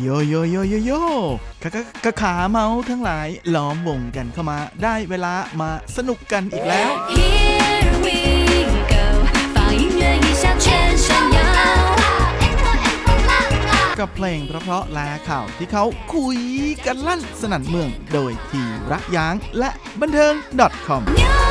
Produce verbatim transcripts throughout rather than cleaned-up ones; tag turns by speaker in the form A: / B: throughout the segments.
A: โยโยโยโยโยขากะขาเมาทั้งหลายล้อมวงกันเข้ามาได้เวลามาสนุกกันอีกแล้ว
B: Here we go 放音乐一下全身摇
A: กับเพลงเพราะๆและข่าวที่เขาคุยกันลั่นสนั่นเมืองโดยทีรักย้างและบันเทิง .com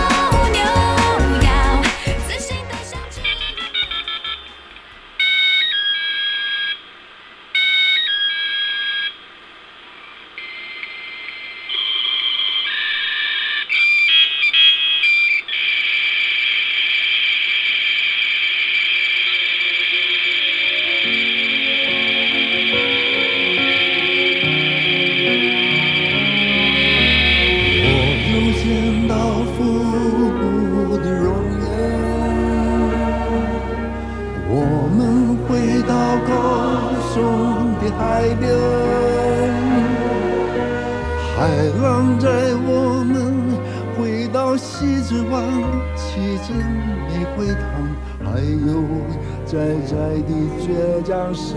C: 在在的倔强市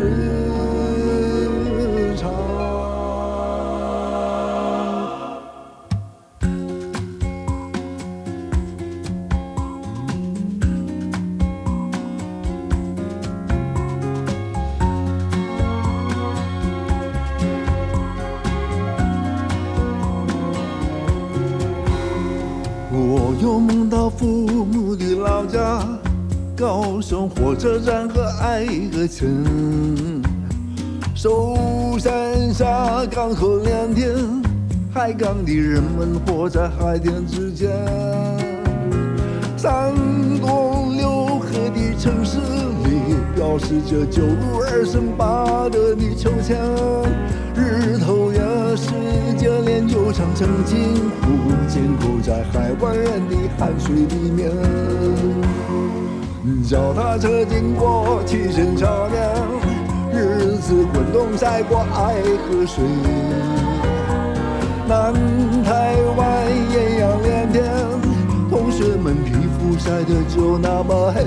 C: 场我又梦到父母的老家高雄火车站和爱河城，寿山下港和连天，海港的人们活在海天之间。三东六河的城市里，表示着九如二升八德的秋千。日头也是接连悠长成金湖，浸泡在海湾人的汗水里面。脚踏车经过七星桥梁，日子滚动赛过爱河水。南台湾艳阳连天，同学们皮肤晒得就那么黑。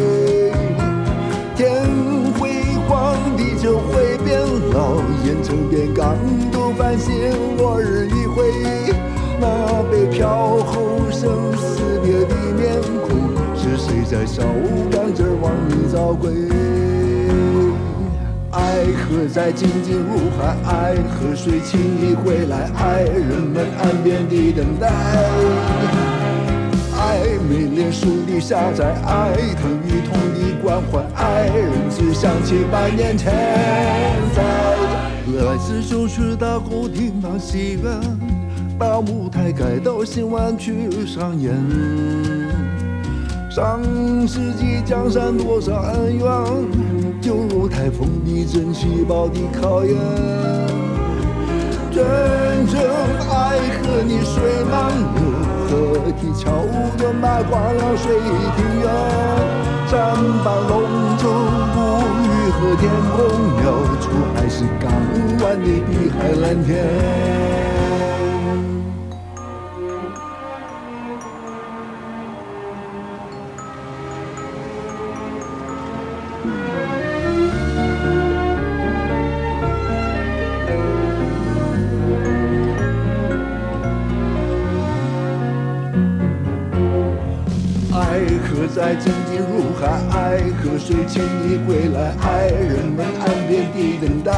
C: 天会黄，地球会变老，盐城边港都繁星落日一回。那被飘后生死别的面孔，是谁在小港这儿往你找归？爱河在静静如海，爱河水轻易回来，爱人们岸边的等待。爱美莲树的下载，爱疼与痛的关怀，爱人只想起百年前在。来自旧时大后厅堂戏院，大舞台改到新湾区上演。上世纪江山多少恩怨，就如台风地震气爆的考验。真正爱和你水满流，河堤桥墩埋挂了水庭院。山板龙舟不语和天空描出海是港湾的碧海蓝天。在静静如海，爱河水轻易归来，爱人们岸边的等待。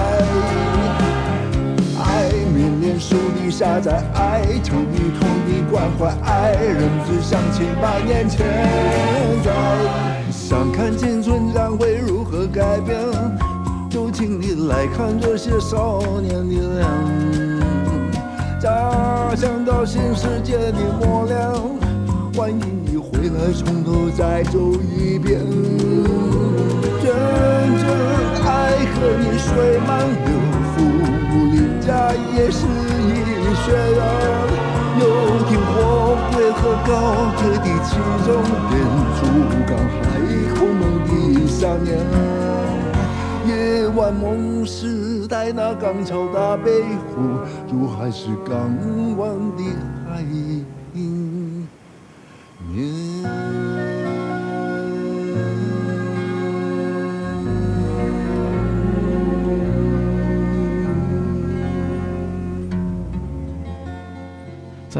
C: 爱绵连树底下在，爱疼与痛的关怀，爱人只想起百年前在。想看青春将会如何改变，就请你来看这些少年的脸。假想到新世界的末了，欢迎你回来，从头再走一遍。真正爱和你水满流，父母邻家也是一血缘。游艇货柜和高铁的其中边，珠港海后梦的想念。夜晚梦时代那港潮大北湖，如海是港湾的海面。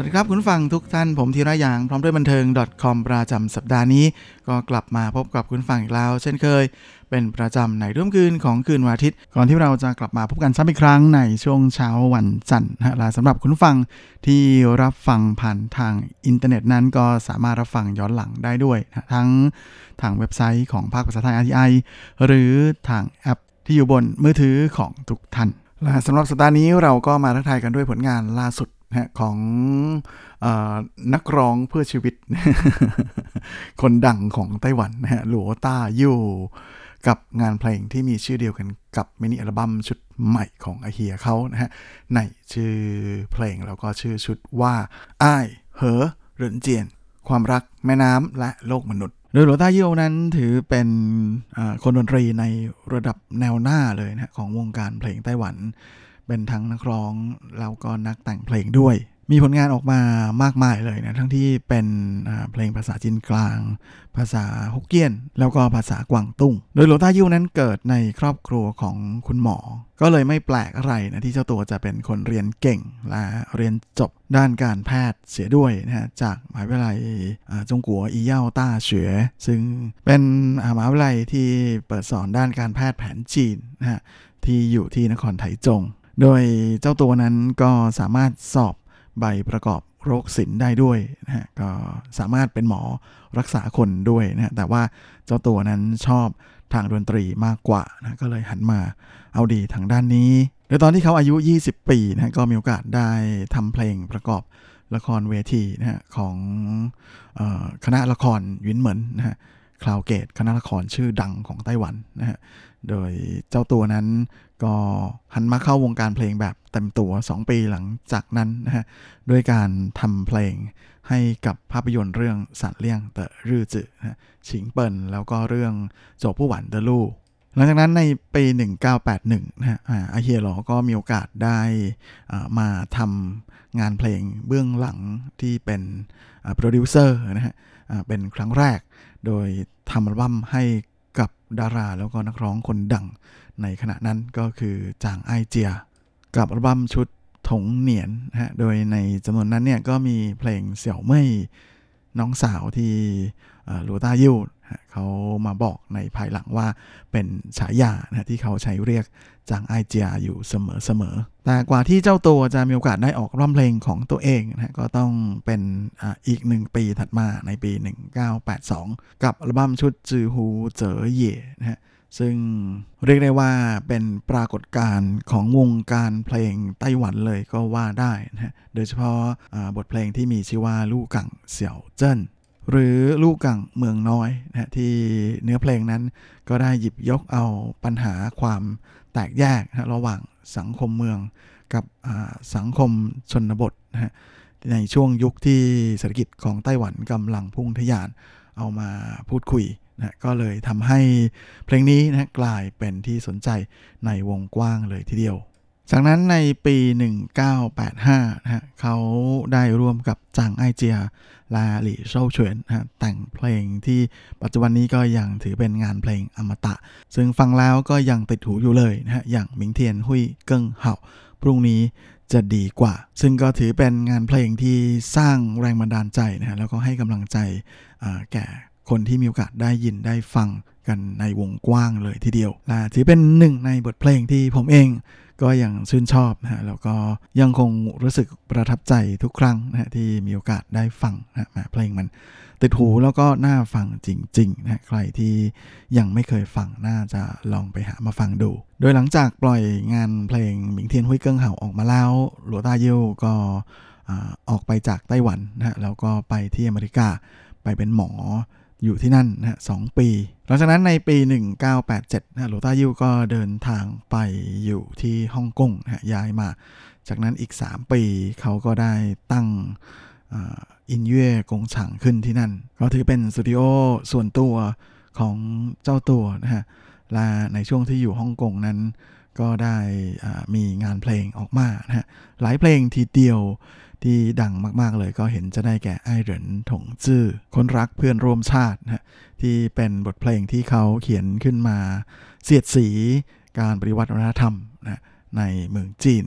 A: ดีครับคุณฟังทุกท่านผมธีระยางพร้อมด้วยบันเทิง .com ประจำสัปดาห์นี้ก็กลับมาพบกับคุณฟังอีกแล้วเช่นเคยเป็นประจำในร่วมคืนของคืนวันอาทิตย์ก่อนที่เราจะกลับมาพบกันซ้ำอีกครั้งในช่วงเช้าวันจันทร์นะและสำหรับคุณฟังที่รับฟังผ่านทางอินเทอร์เน็ตนั้นก็สามารถรับฟังย้อนหลังได้ด้วยนะทั้งทางเว็บไซต์ของภาคภาษาไทย อาร์ ที ไอ หรือทางแอปที่อยู่บนมือถือของทุกท่านและสำหรับสัปดาห์นี้เราก็มาทักทายกันด้วยผลงานล่าสุดนะของเอ่อนักร้องเพื่อชีวิต คนดังของไต้หวันนะฮะหลัวต้ายู่กับงานเพลงที่มีชื่อเดียวกันกับมินิอัลบั้มชุดใหม่ของอาเฮียเขานะฮะในชื่อเพลงแล้วก็ชื่อชุดว่าอ้ายเหอเหรินเจียนความรักแม่น้ำและโลกมนุษย์โดยหลัวต้ายู่นั้นถือเป็นคนดนตรีในระดับแนวหน้าเลยนะของวงการเพลงไต้หวันเป็นทั้งนักร้องแล้วก็นักแต่งเพลงด้วยมีผลงานออกมามากมายเลยนะทั้งที่เป็นเพลงภาษาจีนกลางภาษาฮกเกี้ยนแล้วก็ภาษากวางตุ้งโดยหลัวต้ายู่นั้นเกิดในครอบครัวของคุณหมอก็เลยไม่แปลกอะไรนะที่เจ้าตัวจะเป็นคนเรียนเก่งและเรียนจบด้านการแพทย์เสียด้วยนะฮะจากมหาวิทยาลัยจงกัวอีเย่าต้าเฉวยซึ่งเป็นมหาวิทยาลัยที่เปิดสอนด้านการแพทย์แผนจีนนะฮะที่อยู่ที่นครไถจงโดยเจ้าตัวนั้นก็สามารถสอบใบประกอบโรคศิลป์ได้ด้วยนะฮะก็สามารถเป็นหมอรักษาคนด้วยนะฮะแต่ว่าเจ้าตัวนั้นชอบทางดนตรีมากกว่านะก็เลยหันมาเอาดีทางด้านนี้โดยตอนที่เขาอายุยี่สิบปีนะก็มีโอกาสได้ทำเพลงประกอบละครเวทีนะฮะของเอ่อคณะละครหวินเหมินนะฮะคลาวเกตคณะละครชื่อดังของไต้หวันนะฮะโดยเจ้าตัวนั้นก็หันมาเข้าวงการเพลงแบบเต็มตัวสองปีหลังจากนั้นนะฮะด้วยการทำเพลงให้กับภาพยนตร์เรื่องสันเลี่ยงเต๋อรื่อจื่อนะฉิงเปิ่นแล้วก็เรื่องโจผู้หวันเดอลู่หลังจากนั้นในปีหนึ่งเก้าแปดหนึ่งนะฮะอาเฮียหลอก็มีโอกาสได้มาทำงานเพลงเบื้องหลังที่เป็นโปรดิวเซอร์นะฮะเป็นครั้งแรกโดยทำอัลบั้มให้กับดาราแล้วก็นักร้องคนดังในขณะนั้นก็คือจางไอเจียกับอัลบั้มชุดถงเหนียนนะฮะโดยในจำนวนนั้นเนี่ยก็มีเพลงเสี่ยวเม่ยน้องสาวที่หลัวต้ายู่เขามาบอกในภายหลังว่าเป็นฉายานะที่เขาใช้เรียกจางไอเจียอยู่เสมอๆแต่กว่าที่เจ้าตัวจะมีโอกาสได้ออกอัลบั้มเพลงของตัวเองนะก็ต้องเป็นอ่าอีกหนึ่งปีถัดมาในปีหนึ่งเก้าแปดสองกับอัลบั้มชุดจือฮูเจ๋อเย่นะฮะซึ่งเรียกได้ว่าเป็นปรากฏการณ์ของวงการเพลงไต้หวันเลยก็ว่าได้นะฮะโดยเฉพาะบทเพลงที่มีชื่อว่าลู่กังเสี่ยวเจิ้นหรือลู่กังเมืองน้อยนะที่เนื้อเพลงนั้นก็ได้หยิบยกเอาปัญหาความแตกแยกนะระหว่างสังคมเมืองกับสังคมชนบทนะฮะในช่วงยุคที่เศรษฐกิจของไต้หวันกำลังพุ่งทะยานเอามาพูดคุยนะก็เลยทำให้เพลงนี้นะกลายเป็นที่สนใจในวงกว้างเลยทีเดียวจากนั้นในปีหนึ่งเก้าแปดห้านะฮะเขาได้ร่วมกับจางไอเจียและหลี่เซาเฉินนะแต่งเพลงที่ปัจจุบันนี้ก็ยังถือเป็นงานเพลงอมตะซึ่งฟังแล้วก็ยังติดหูอยู่เลยนะฮะอย่างหมิงเทียนหุยเกิ้งเห่าพรุ่งนี้จะดีกว่าซึ่งก็ถือเป็นงานเพลงที่สร้างแรงบันดาลใจนะฮะแล้วก็ให้กำลังใจแก่คนที่มีโอกาสได้ยินได้ฟังกันในวงกว้างเลยทีเดียวและถือเป็นหนึ่งในบทเพลงที่ผมเองก็ยังชื่นชอบนะฮะแล้วก็ยังคงรู้สึกประทับใจทุกครั้งนะฮะที่มีโอกาสได้ฟังนะเพลงมันติดหูแล้วก็น่าฟังจริงๆนะใครที่ยังไม่เคยฟังน่าจะลองไปหามาฟังดูโดยหลังจากปล่อยงานเพลงหมิงเทียนหุยเกิ้งเห่าออกมาแล้วหลัวต้ายู่ก็ออกไปจากไต้หวันนะฮะแล้วก็ไปที่อเมริกาไปเป็นหมออยู่ที่นั่นนะฮะสองปีหลังจากนั้นในปีหนึ่งเก้าแปดเจ็ดนะหลัวต้ายู่ก็เดินทางไปอยู่ที่ฮ่องกงนะฮะย้ายมาจากนั้นอีกสามปีเขาก็ได้ตั้งอินเย่กงฉางขึ้นที่นั่นก็ถือเป็นสตูดิโอส่วนตัวของเจ้าตัวนะฮะและในช่วงที่อยู่ฮ่องกงนั้นก็ได้มีงานเพลงออกมานะฮะหลายเพลงทีเดียวที่ดังมากๆเลยก็เห็นจะได้แก่ไอ้เหรินถงจื้อคนรักเพื่อนร่วมชาตินะฮะที่เป็นบทเพลงที่เขาเขียนขึ้นมาเสียดสีการปฏิวัติวัฒนธรรมนะในเมืองจีน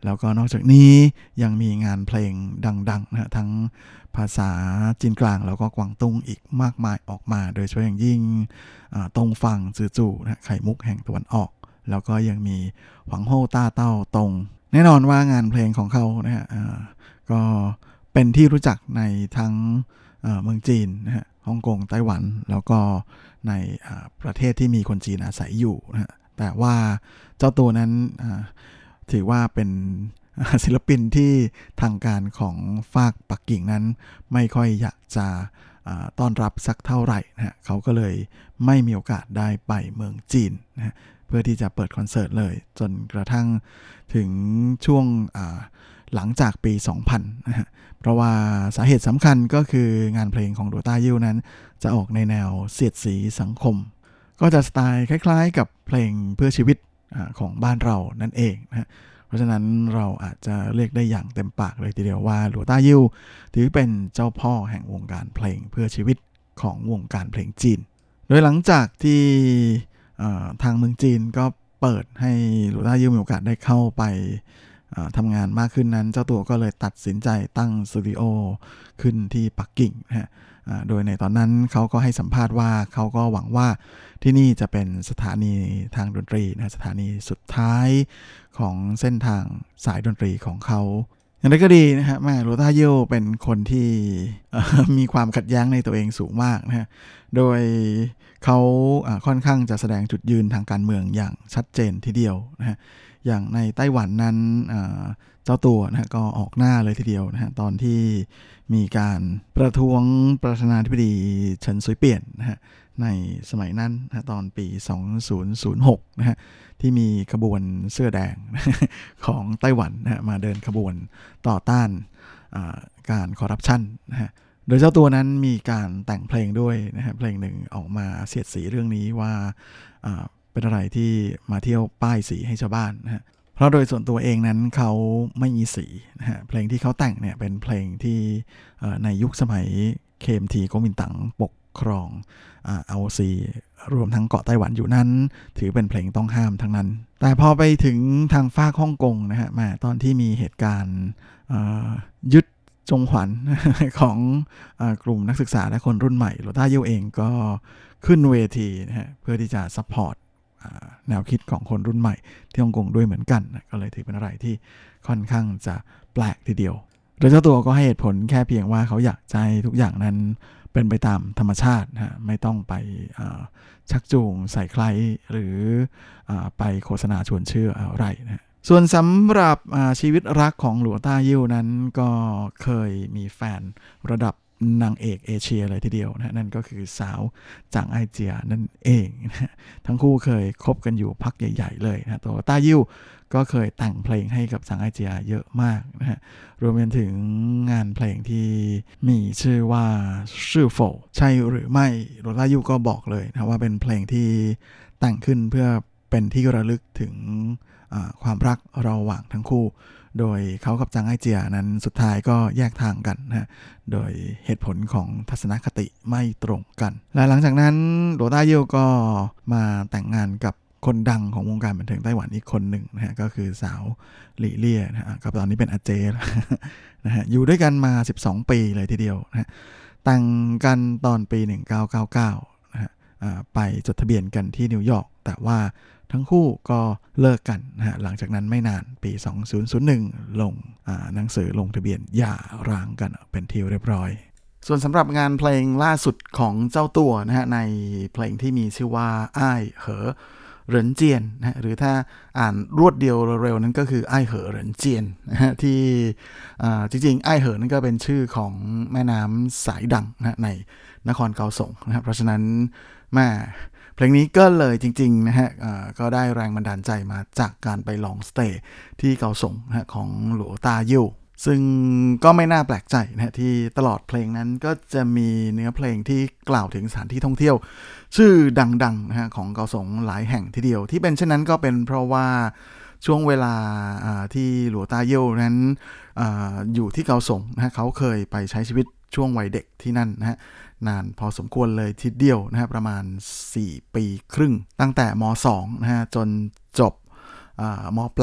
A: แล้วก็นอกจากนี้ยังมีงานเพลงดังๆนะทั้งภาษาจีนกลางแล้วก็กวางตุ้งอีกมากมายออกมาโดยเฉพาะอย่างยิ่งตงฟังจือจู่นะไข่มุกแห่งตะวันออกแล้วก็ยังมีหวังโฮต้าเต้าตงแน่นอนว่างานเพลงของเขานะฮะก็เป็นที่รู้จักในทั้งเมืองจีนนะฮะฮ่องกงไต้หวันแล้วก็ในประเทศที่มีคนจีนอาศัยอยู่นะฮะแต่ว่าเจ้าตัวนั้นถือว่าเป็นศิลปินที่ทางการของฝากปักกิ่งนั้นไม่ค่อยอยากจะต้อนรับสักเท่าไหร่นะฮะเขาก็เลยไม่มีโอกาสได้ไปเมืองจีนนะฮะเพื่อที่จะเปิดคอนเสิร์ตเลยจนกระทั่งถึงช่วงหลังจากปี สองพัน นะฮะเพราะว่าสาเหตุสำคัญก็คืองานเพลงของดัวต้ายิ้วนั้นจะออกในแนวเสียดสีสังคมก็จะสไตล์คล้ายๆกับเพลงเพื่อชีวิตของบ้านเรานั่นเองนะฮะเพราะฉะนั้นเราอาจจะเรียกได้อย่างเต็มปากเลยทีเดียวว่าดัวต้ายิ้วถือเป็นเจ้าพ่อแห่งวงการเพลงเพื่อชีวิตของวงการเพลงจีนโดยหลังจากที่ทางเมืองจีนก็เปิดให้ดัวต้ายิ้วมีโอกาสได้เข้าไปทำงานมากขึ้นนั้นเจ้าตัวก็เลยตัดสินใจตั้งสตูดิโอขึ้นที่ปักกิ่งนะฮะโดยในตอนนั้นเขาก็ให้สัมภาษณ์ว่าเขาก็หวังว่าที่นี่จะเป็นสถานีทางดนตรีนะสถานีสุดท้ายของเส้นทางสายดนตรีของเขาอย่างไรก็ดีนะฮะแม่ดัวต้ายิ้วเป็นคนที่มีความขัดแย้งในตัวเองสูงมากนะฮะโดยเขาค่อนข้างจะแสดงจุดยืนทางการเมืองอย่างชัดเจนทีเดียวนะฮะอย่างในไต้หวันนั้นเจ้าตัวนะฮะก็ออกหน้าเลยทีเดียวนะฮะตอนที่มีการประท้วงประธานาธิบดีเฉินซุยเปี่ยนนะฮะในสมัยนั้นนะตอนปีสองพันหกนะฮะที่มีขบวนเสื้อแดงของไต้หวันนะฮะมาเดินขบวนต่อต้านการคอร์รัปชันนะฮะโดยเจ้าตัวนั้นมีการแต่งเพลงด้วยนะฮะเพลงหนึ่งออกมาเสียดสีเรื่องนี้ว่าเป็นอะไรที่มาเที่ยวป้ายสีให้ชาวบ้านนะฮะเพราะโดยส่วนตัวเองนั้นเขาไม่มีสีนะฮะเพลงที่เขาแต่งเนี่ยเป็นเพลงที่ในยุคสมัยเคมทีก๊กมินตั๋งปกครองเอาซีรวมทั้งเกาะไต้หวันอยู่นั้นถือเป็นเพลงต้องห้ามทั้งนั้นแต่พอไปถึงทางฝั่งฮ่องกงนะฮะมาตอนที่มีเหตุการณ์ยึดจงหวันของกลุ่มนักศึกษาและคนรุ่นใหม่ดัวต้ายิ้วเองก็ขึ้นเวทีนะฮะเพื่อที่จะซัพพอร์ตแนวคิดของคนรุ่นใหม่ที่ฮ่องกงด้วยเหมือนกันนะก็เลยถือเป็นอะไรที่ค่อนข้างจะแปลกทีเดียวโดยเจ้าตัวก็ให้เหตุผลแค่เพียงว่าเขาอยากใจทุกอย่างนั้นเป็นไปตามธรรมชาตินะฮะไม่ต้องไปชักจูงใส่ใครหรือไปโฆษณาชวนเชื่ออะไรนะส่วนสำหรับชีวิตรักของดัวต้ายิ้วนั้นก็เคยมีแฟนระดับนางเอกเอเชียเลยทีเดียวนะนั่นก็คือสาวจางไอเจียนั่นเองนะทั้งคู่เคยคบกันอยู่พักใหญ่ๆเลยนะดัวต้ายิ้วก็เคยแต่งเพลงให้กับจางไอเจียเยอะมากนะฮะรวมไปถึงงานเพลงที่มีชื่อว่าชื่อโฟใช่หรือไม่ดัวต้ายิ้วก็บอกเลยนะว่าเป็นเพลงที่แต่งขึ้นเพื่อเป็นที่ระลึกถึงความรักระหว่างทั้งคู่โดยเขากับจางไอเจียนั้นสุดท้ายก็แยกทางกันนะโดยเหตุผลของทัศนคติไม่ตรงกันและหลังจากนั้นดัวต้ายิ้วก็มาแต่งงานกับคนดังของวงการบันเทิงไต้หวันอีกคนหนึ่งนะฮะก็คือสาวหลี่เลี่ยนะฮะกับตอนนี้เป็นอาเจแล้วนะฮะอยู่ด้วยกันมาสิบสองปีเลยทีเดียวนะฮะแต่งกันตอนปีหนึ่งพันเก้าร้อยเก้าสิบเก้านะฮะไปจดทะเบียนกันที่นิวยอร์กแต่ว่าทั้งคู่ก็เลิกกันนะฮะหลังจากนั้นไม่นานปีสองพันหนึ่งลงหนังสือลงทะเบียนหย่าร้างกันเป็นที่เรียบร้อยส่วนสำหรับงานเพลงล่าสุดของเจ้าตัวนะฮะในเพลงที่มีชื่อว่าอ้ายเหอเหรินเจียนนะหรือถ้าอ่านรวดเดียวเร็วๆนั้นก็คืออ้ายเหอเหรินเจียนนะฮะที่จริงๆอ้ายเหอนั่นก็เป็นชื่อของแม่น้ำสายดังนะในนครเกาสงนะเพราะฉะนั้นแม่เพลงนี้ก็เลยจริงๆนะฮะก็ได้แรงบันดาลใจมาจากการไปลองสเตย์ที่เกาสงนะของดัวต้ายิ้วซึ่งก็ไม่น่าแปลกใจนะฮะที่ตลอดเพลงนั้นก็จะมีเนื้อเพลงที่กล่าวถึงสถานที่ท่องเที่ยวชื่อดังๆนะฮะของเกาสงหลายแห่งทีเดียวที่เป็นเช่นนั้นก็เป็นเพราะว่าช่วงเวลาที่ดัวต้ายิ้วนั้น อ, อยู่ที่เกาสงนะฮะเขาเคยไปใช้ชีวิตช่วงวัยเด็กที่นั่นนะฮะนานพอสมควรเลยทีเดียวนะฮะประมาณสี่ปีครึ่งตั้งแต่ม.สอง นะฮะจนจบม.ปลาย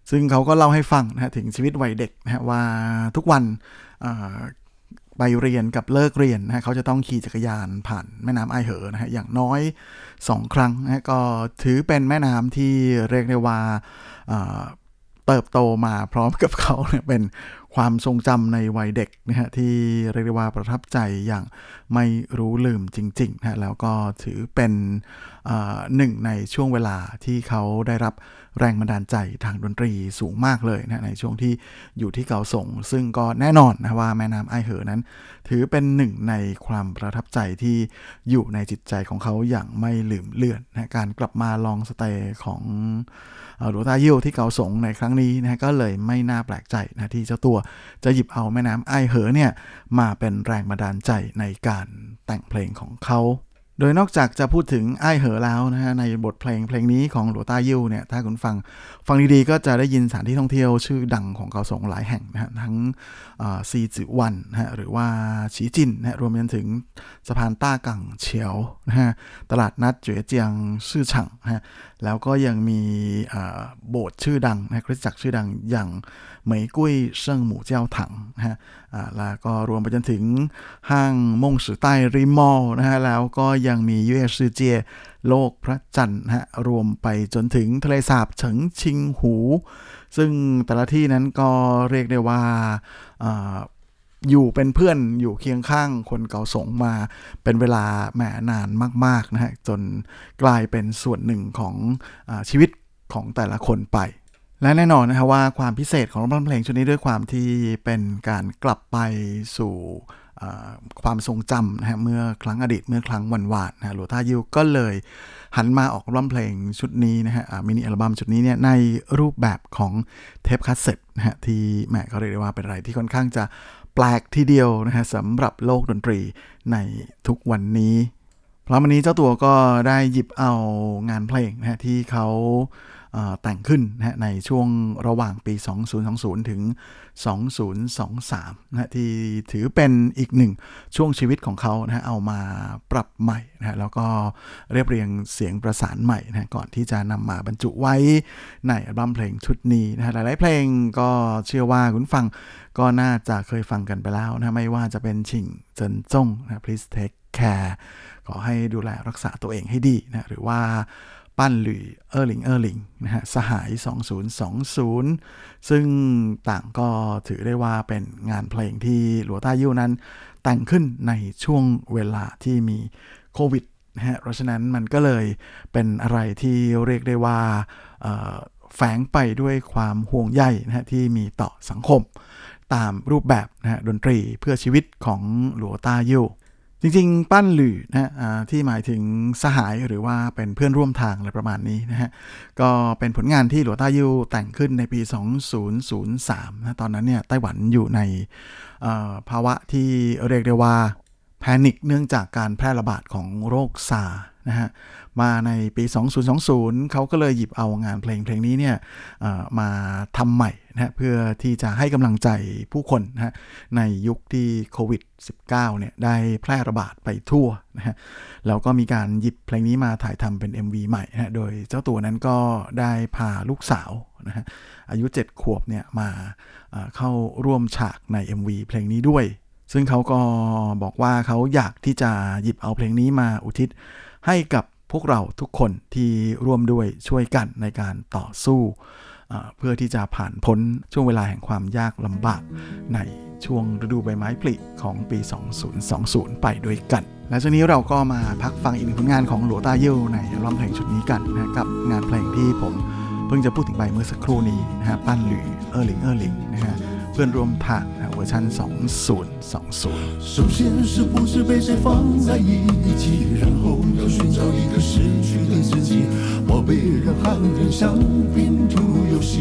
A: ซึ่งเขาก็เล่าให้ฟังนะฮะถึงชีวิตวัยเด็กนะฮะว่าทุกวันไปเรียนกับเลิกเรียนนะฮะเขาจะต้องขี่จักรยานผ่านแม่น้ำไอเหอนะฮะอย่างน้อยสองครั้งนะฮะก็ถือเป็นแม่น้ำที่เรียกได้ว่าเติบโตมาพร้อมกับเขาเนี่ยเป็นความทรงจำในวัยเด็กนะฮะที่เรียกได้ว่าประทับใจอย่างไม่รู้ลืมจริงๆนะแล้วก็ถือเป็นหนึ่งในช่วงเวลาที่เขาได้รับแรงบันดาลใจทางดนตรีสูงมากเลยนะในช่วงที่อยู่ที่เกาสงซึ่งก็แน่นอนนะว่าแม่น้ำไอเหอนั้นถือเป็นหนึ่งในความประทับใจที่อยู่ในจิตใจของเขาอย่างไม่ลืมเลือนนะการกลับมาลองสเตย์ของหลวงตายิวที่เกาสงในครั้งนี้นะก็เลยไม่น่าแปลกใจนะที่เจ้าตัวจะหยิบเอาแม่น้ำไอเหอเนี่ยมาเป็นแรงบันดาลใจในการแต่งเพลงของเขาโดยนอกจากจะพูดถึงไอ้เหอแล้วนะฮะในบทเพลงเพลงนี้ของหลวงตายิวเนี่ยถ้าคุณฟังฟังดีๆก็จะได้ยินสถานที่ท่องเที่ยวชื่อดังของเกาสงหลายแห่งนะฮะทั้งซีจือวันนะฮะหรือว่าฉีจินนะฮะรวมไปถึงสะพานต้ากังเฉียวนะฮะตลาดนัดเจ๋อเจียงซื่อฉ่างนะฮะแล้วก็ยังมีโบสถ์ชื่อดังนะคริสตจักรชื่อดังอย่างเหมยกุ้ยเซิ่งหมู่เจ้าถังนะฮะแล้วก็รวมไปจนถึงห้างม่งสือใต้ริมมอลนะฮะแล้วก็ยังมีเย่ซื่อเจียโลกพระจันทร์นะฮะรวมไปจนถึงทะเลสาบเฉิงชิงหูซึ่งแต่ละที่นั้นก็เรียกได้ว่าอยู่เป็นเพื่อนอยู่เคียงข้างคนเกาสงมาเป็นเวลาแหมนานมากๆนะฮะจนกลายเป็นส่วนหนึ่งของอ่าชีวิตของแต่ละคนไปและแน่นอนนะครับว่าความพิเศษของอัลบั้มเพลงชุดนี้ด้วยความที่เป็นการกลับไปสู่ความทรงจำนะฮะเมื่อครั้งอดีตเมื่อครั้งวันวานนะหลวงตายิวก็เลยหันมาออกอัลบั้มเพลงชุดนี้นะฮะมินิอัลบั้มชุดนี้เนี่ยในรูปแบบของเทปคาสเซ็ตนะฮะที่แหมเขาเรียกได้ว่าเป็นอะไรที่ค่อนข้างจะแปลกทีเดียวนะฮะสำหรับโลกดนตรีในทุกวันนี้เพราะวันนี้เจ้าตัวก็ได้หยิบเอางานเพลงนะฮะที่เขาแต่งขึ้นนะฮะในช่วงระหว่างปีสองพันยี่สิบถึงสองพันยี่สิบสามนะฮะที่ถือเป็นอีกหนึ่งช่วงชีวิตของเขานะฮะเอามาปรับใหม่นะฮะแล้วก็เรียบเรียงเสียงประสานใหม่นะก่อนที่จะนำมาบรรจุไว้ในอัลบั้มเพลงชุดนี้นะฮะหลายๆเพลงก็เชื่อว่าคุณฟังก็น่าจะเคยฟังกันไปแล้วนะไม่ว่าจะเป็นชิงเจินจงนะ Please Take Care ขอให้ดูแลรักษาตัวเองให้ดีนะหรือว่าปั้นหลี่เออหลิงเออหลิงนะฮะสหายสองพันยี่สิบซึ่งต่างก็ถือได้ว่าเป็นงานเพลงที่หลวงตายิวนั้นแต่งขึ้นในช่วงเวลาที่มีโควิดนะฮะเพราะฉะนั้นมันก็เลยเป็นอะไรที่เรียกได้ว่าแฝงไปด้วยความห่วงใยนะฮะที่มีต่อสังคมตามรูปแบบนะฮะดนตรีเพื่อชีวิตของหลวงตายิวจริงๆปั้นหลี่นะที่หมายถึงสหายหรือว่าเป็นเพื่อนร่วมทางอะไรประมาณนี้นะฮะก็เป็นผลงานที่หลวงตายิวแต่งขึ้นในปีสองพันสามนะตอนนั้นเนี่ยไต้หวันอยู่ในภาวะที่เรียกได้ว่าแพนิคเนื่องจากการแพร่ระบาดของโรคซาร์นะฮะมาในปีสองพันยี่สิบเขาก็เลยหยิบเอางานเพลงเพลงนี้เนี่ยมาทำใหม่นะฮะเพื่อที่จะให้กำลังใจผู้คนนะฮะในยุคที่โควิด สิบเก้า เนี่ยได้แพร่ระบาดไปทั่วนะฮะแล้วก็มีการหยิบเพลงนี้มาถ่ายทำเป็น เอ็ม วี ใหม่นะฮะโดยเจ้าตัวนั้นก็ได้พาลูกสาวนะฮะอายุเจ็ดขวบเนี่ยมาเข้าร่วมฉากใน เอ็ม วี เพลงนี้ด้วยซึ่งเขาก็บอกว่าเขาอยากที่จะหยิบเอาเพลงนี้มาอุทิศให้กับพวกเราทุกคนที่ร่วมด้วยช่วยกันในการต่อสู้เพื่อที่จะผ่านพ้นช่วงเวลาแห่งความยากลำบากในช่วงฤดูใบไม้ผลิของปีสองพันยี่สิบไปด้วยกันและช่วงนี้เราก็มาพักฟังอีกหนึ่งผลงานของหลวงตายิวในอัลบั้มเพลงชุดนี้กันนะกับงานเพลงที่ผมเพิ่งจะพูดถึงไปเมื่อสักครู่นี้นะฮะปั้นหลี่เออหลิงเออหลิงนะฮะเพื่อนร่วมทางเวอร์ชันสองพันยี่สิบ
C: 首先是不是被谁放在一起然后要寻找一个失去的自己我被人和人像拼图游戏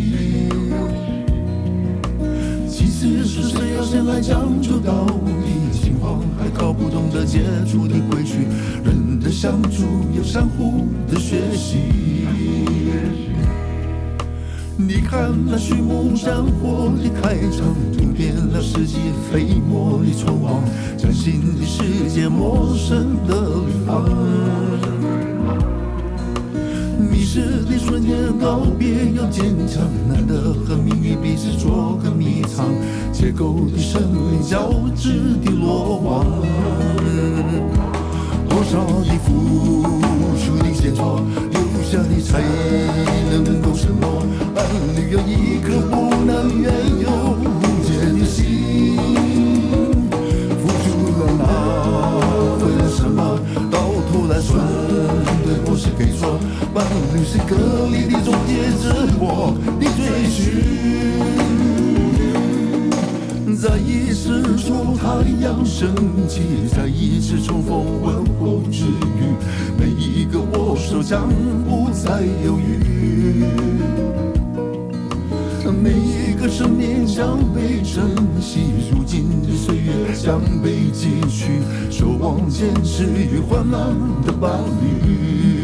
C: 其次是谁要先来讲究道理情况还搞不懂得接触的规矩人的相处有相互的学习你看那序幕战火的开场突变了世纪飞沫的匆忙崭新的世界陌生的旅航迷失的瞬间告别要坚强难道和命运彼此捉个迷藏，结构的生命交织的落网，多少的付出的结果，留下的才能够承诺，伴侣有一颗不能怨尤无解的心，付出了哪为了什么，到头来顺对或是给错，伴侣是隔离的终结，折磨的追寻，再一次出太阳升起，再一次重逢问候之余，每一个握手将不再犹豫，每一个生命将被珍惜，如今的岁月将被汲取，守望坚持与患难的伴侣。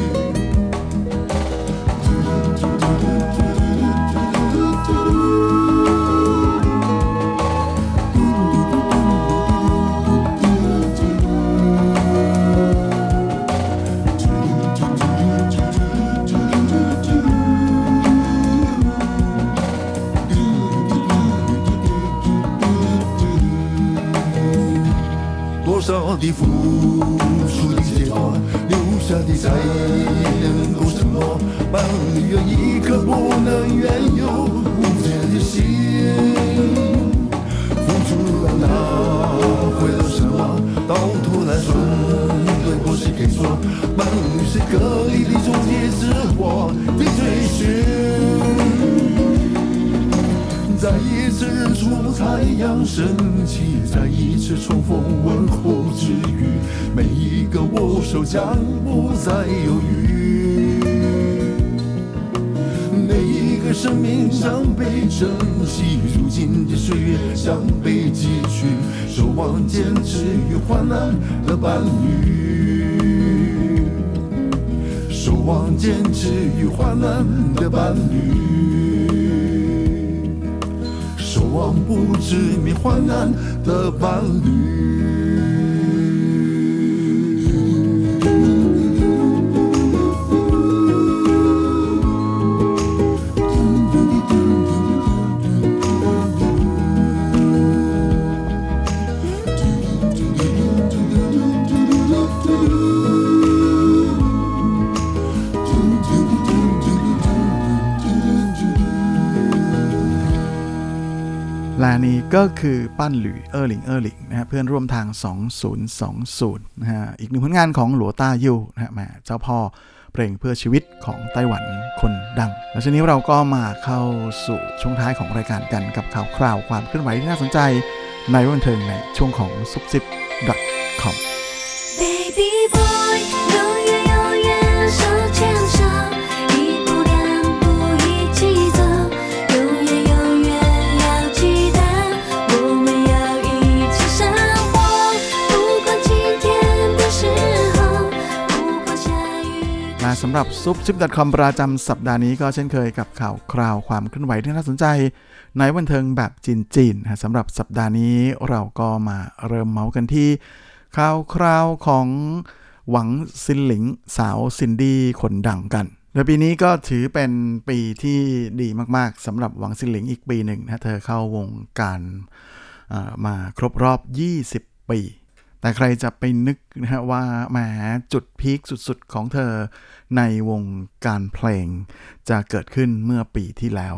C: 多少的付出的结果，留下的才能够承诺，伴侣有一颗不能怨尤无解的心，付出了哪回了什么，到头来顺对或是给错，伴侣是隔离的终结，自我的追寻，再一次日出太阳升起，再一次重逢问候之余，每一个握手将不再犹豫，每一个生命将被珍惜，如今的岁月将被汲取，守望坚持与患难的伴侣，守望坚持与患难的伴侣，守望不知迷患难的伴侣。
A: และนี่ก็คือปั้นหลี่เอ่อหลิงเอ่อหลิงนะฮะเพื่อนร่วมทางสองพันยี่สิบนะฮะอีกหนึ่งผลงานของหลัวต้ายูนะฮะแหมเจ้าพ่อเพลงเพื่อชีวิตของไต้หวันคนดังแล้วทีนี้เราก็มาเข้าสู่ช่วงท้ายของรายการกันกับข่าวคราวความเคลื่อนไหวที่น่าสนใจในบันเทิงในช่วงของซุปซิป .com
B: Baby boy 永远永远手牵手一步两步一起走永远永远要记得我们要一起生活不管晴天的时候不管下雨
A: และสำหรับซุปซิป .com ประจำสัปดาห์นี้ก็เช่นเคยกับข่าวคราวความเคลื่อนไหวที่น่าสนใจในบันเทิงแบบจีนๆสำหรับสัปดาห์นี้เราก็มาเริ่มเมาส์กันที่ข่าวคราวของหวังซินหลิงสาวซินดี้คนดังกันโดยปีนี้ก็ถือเป็นปีที่ดีมากๆสำหรับหวังซินหลิงอีกปีหนึ่งนะเธอเข้าวงการมาครบรอบยี่สิบปีแต่ใครจะไปนึกนะฮะว่าแหมจุดพีคสุดๆของเธอในวงการเพลงจะเกิดขึ้นเมื่อปีที่แล้ว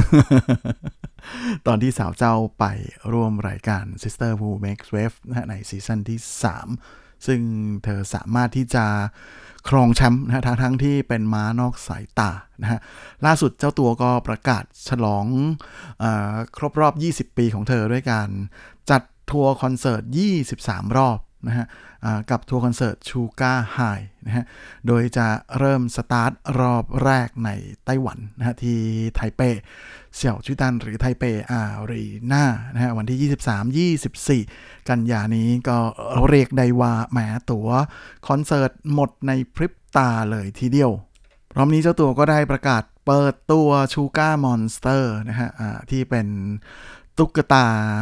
A: ตอนที่สาวเจ้าไปร่วมรายการ Sister Who Makes Wave นะฮะในซีซั่นที่สามซึ่งเธอสามารถที่จะครองแชมป์นะฮะทั้งทั้งที่เป็นม้านอกสายตานะฮะล่าสุดเจ้าตัวก็ประกาศฉลองเอ่อครบรอบยี่สิบปีของเธอด้วยการจัดทัวร์คอนเสิร์ตยี่สิบสามรอบนะฮะกับทัวร์คอนเสิร์ต Sugar High นะฮะโดยจะเริ่มสตาร์ทรอบแรกในไต้หวันนะฮะที่ไทเปเสี่ยวชื่อตันหรือไทเปอารีนานะฮะวันที่ ยี่สิบสาม ยี่สิบสี่ กันยานี้ก็เรียกได้ว่าแหมตั๋วคอนเสิร์ตหมดในพริบตาเลยทีเดียวพร้อมนี้เจ้าตัวก็ได้ประกาศเปิดตัว Sugar Monster นะฮะที่เป็นตุ๊กตา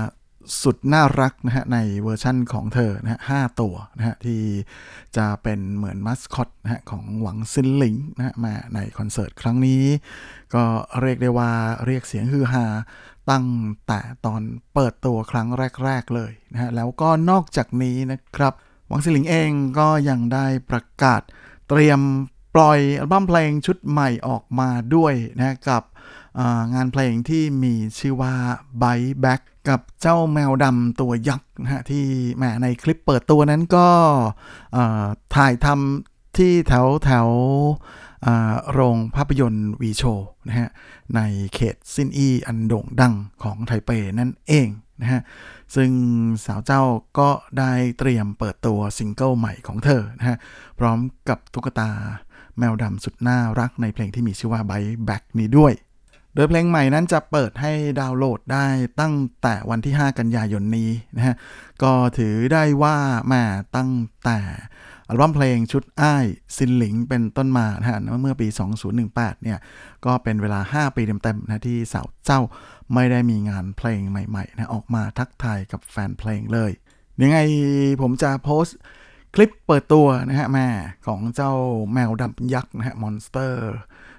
A: สุดน่ารักนะฮะในเวอร์ชั่นของเธอนะฮะห้าตัวนะฮะที่จะเป็นเหมือนมัสคอตนะฮะของหวังซินหลิงนะฮะมาในคอนเสิร์ตครั้งนี้ก็เรียกได้ว่าเรียกเสียงฮือฮาตั้งแต่ตอนเปิดตัวครั้งแรกๆเลยนะฮะแล้วก็นอกจากนี้นะครับหวังซินหลิงเองก็ยังได้ประกาศเตรียมปล่อยอัลบั้มเพลงชุดใหม่ออกมาด้วยนะกับงานเพลงที่มีชื่อว่า Bite Back กับเจ้าแมวดำตัวยักษ์นะฮะที่แหมในคลิปเปิดตัวนั้นก็ถ่ายทำที่แถวแถวโรงภาพยนตร์วีโชนะฮะในเขตซินอีอันโด่งดังของไทเปนั่นเองนะฮะซึ่งสาวเจ้าก็ได้เตรียมเปิดตัวซิงเกิลใหม่ของเธอนะฮะพร้อมกับตุ๊กตาแมวดำสุดน่ารักในเพลงที่มีชื่อว่า Bite Back นี้ด้วยโดยเพลงใหม่นั้นจะเปิดให้ดาวน์โหลดได้ตั้งแต่วันที่ห้ากันยายนนี้นะฮะก็ถือได้ว่ามาตั้งแต่อัลบั้มเพลงชุดอ้ายซินหลิงเป็นต้นมานะฮะเมื่อปีสองพันสิบแปดเนี่ยก็เป็นเวลาห้าปีเต็มๆนะที่สาวเจ้าไม่ได้มีงานเพลงใหม่ๆนะออกมาทักทายกับแฟนเพลงเลยยังไงผมจะโพสต์คลิปเปิดตัวนะฮะแม่ของเจ้าแมวดำยักษ์นะฮะมอนสเตอร์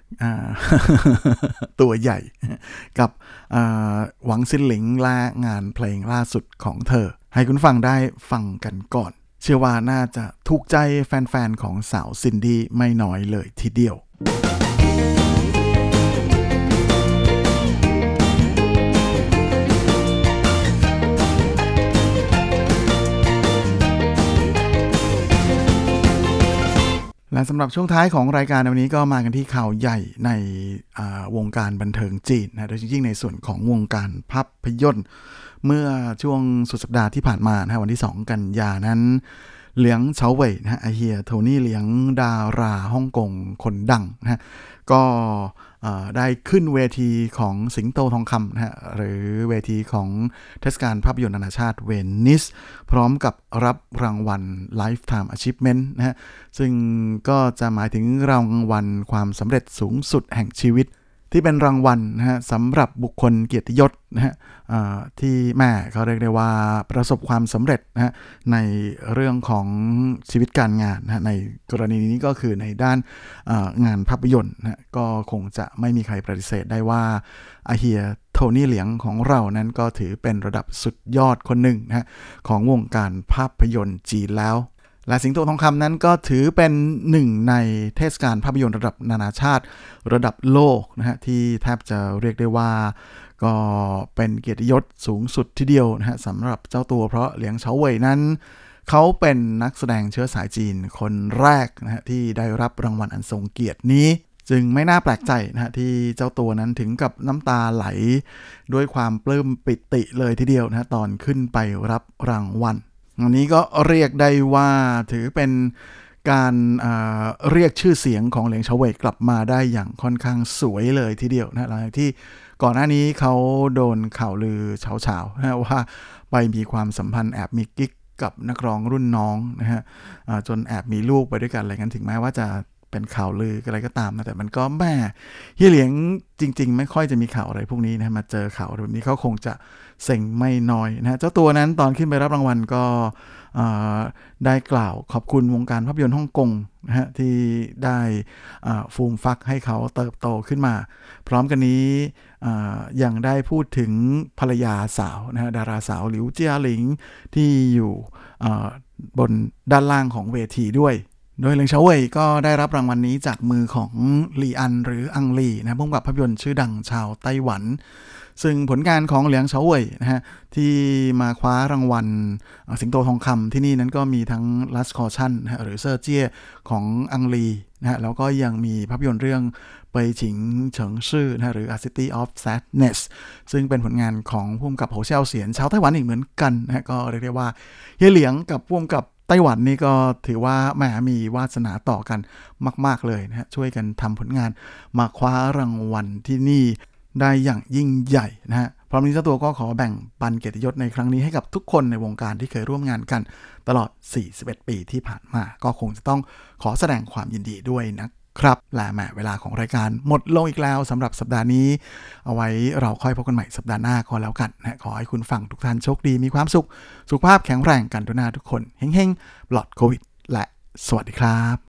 A: ตัวใหญ่กับหวังซินหลิงและงานเพลงล่าสุดของเธอให้คุณฟังได้ฟังกันก่อนเชื่อว่าน่าจะถูกใจแฟนๆของสาวซินดี้ไม่น้อยเลยทีเดียวและสำหรับช่วงท้ายของรายการวันนี้ก็มากันที่ข่าวใหญ่ในวงการบันเทิงจีนนะโดยเฉพาะในส่วนของวงการภาพยนตร์เมื่อช่วงสุดสัปดาห์ที่ผ่านมานะวันที่สองกันยานั้นเหลียงเฉาเว่ยนะฮะเฮียโทนี่เหลียงดาราฮ่องกงคนดังนะฮะก็ได้ขึ้นเวทีของสิงโตทองคำนะฮะหรือเวทีของเทศกาลภาพยนตร์นานาชาติเวนิสพร้อมกับรับรางวัล Lifetime Achievement นะฮะซึ่งก็จะหมายถึงรางวัลความสำเร็จสูงสุดแห่งชีวิตที่เป็นรางวัลนะฮะสำหรับบุคคลเกียรติยศนะฮะที่แม่เขาเรียกได้ว่าประสบความสำเร็จนะฮะในเรื่องของชีวิตการงานนะฮะในกรณีนี้ก็คือในด้านงานภาพยนตร์นะก็คงจะไม่มีใครปฏิเสธได้ว่าอาเฮียโทนี่เหลียงของเรานั้นก็ถือเป็นระดับสุดยอดคนหนึ่งนะฮะของวงการภาพยนตร์จีนแล้วและสิงโตทองคำนั้นก็ถือเป็นหนึ่งในเทศกาลภาพยนตร์ระดับนานาชาติระดับโลกนะฮะที่แทบจะเรียกได้ว่าก็เป็นเกียรติยศสูงสุดทีเดียวนะฮะสำหรับเจ้าตัวเพราะเหลียงเฉาเว่ยนั้นเขาเป็นนักแสดงเชื้อสายจีนคนแรกนะฮะที่ได้รับรางวัลอันทรงเกียรตินี้จึงไม่น่าแปลกใจนะฮะที่เจ้าตัวนั้นถึงกับน้ำตาไหลด้วยความปลื้มปิติเลยทีเดียวนะฮะตอนขึ้นไปรับรางวัลอันนี้ก็เรียกได้ว่าถือเป็นการเอ่อเรียกชื่อเสียงของเหลียงเฉาเว่ยกลับมาได้อย่างค่อนข้างสวยเลยทีเดียวนะหลังจากที่ก่อนหน้านี้เขาโดนข่าวลือเฉาๆนะว่าไปมีความสัมพันธ์แอบมีกิ๊กกับนักร้องรุ่นน้องนะฮะจนแอบมีลูกไปด้วยกันอะไรกันถึงแม้ว่าจะเป็นข่าวลืออะไรก็ตามนะแต่มันก็แม่เฮียเหลียงจริงๆไม่ค่อยจะมีข่าวอะไรพวกนี้นะมาเจอข่าวแบบนี้เขาคงจะเซ็งไม่น้อยนะเจ้าตัวนั้นตอนขึ้นไปรับรางวัลก็ได้กล่าวขอบคุณวงการภาพยนตร์ฮ่องกงนะฮะที่ได้ฟูมฟักให้เขาเติบโตขึ้นมาพร้อมกันนี้ยังได้พูดถึงภรรยาสาวนะฮะดาราสาวหลิวเจี้ยหลิงที่อยู่บนด้านล่างของเวทีด้วยโดยเหลียงเฉาเว่ยก็ได้รับรางวัล น, นี้จากมือของหลี่อันหรืออังหลี่นะผู้กำกับภาพยนตร์ชื่อดังชาวไต้หวันซึ่งผลงานของเหลียงเฉาเว่ยนะฮะที่มาคว้ารางวัลสิงโตทองคำที่นี่นั้นก็มีทั้ง Last Caution นะฮะหรือเซอร์เจี้ยของอังหลีนะฮะแล้วก็ยังมีภาพยนตร์เรื่องเปยฉิงเฉิงซื่อนะฮะหรือ A City of Sadness ซึ่งเป็นผลงานของผู้กำกับโหเซี่ยวเสียนชาวไต้หวันอีกเหมือนกันนะฮะก็เรียกได้ว่าเฮียเหลียงกับผู้กำกับไต้หวันนี่ก็ถือว่าแหมมีวาสนาต่อกันมากๆเลยนะฮะช่วยกันทำผลงานมาคว้ารางวัลที่นี่ได้อย่างยิ่งใหญ่นะฮะพร้อมนี้เจ้าตัวก็ขอแบ่งปันเกียรติยศในครั้งนี้ให้กับทุกคนในวงการที่เคยร่วมงานกันตลอดสี่สิบเอ็ดปีที่ผ่านมาก็คงจะต้องขอแสดงความยินดีด้วยนะคครับและแหมเวลาของรายการหมดลงอีกแล้วสำหรับสัปดาห์นี้เอาไว้เราค่อยพบกันใหม่สัปดาห์หน้าก็แล้วกันนะขอให้คุณฟังทุกท่านโชคดีมีความสุขสุขภาพแข็งแรงกันทุกหน้าทุกคนเฮ้งๆปลอดโควิดและสวัสดีครับ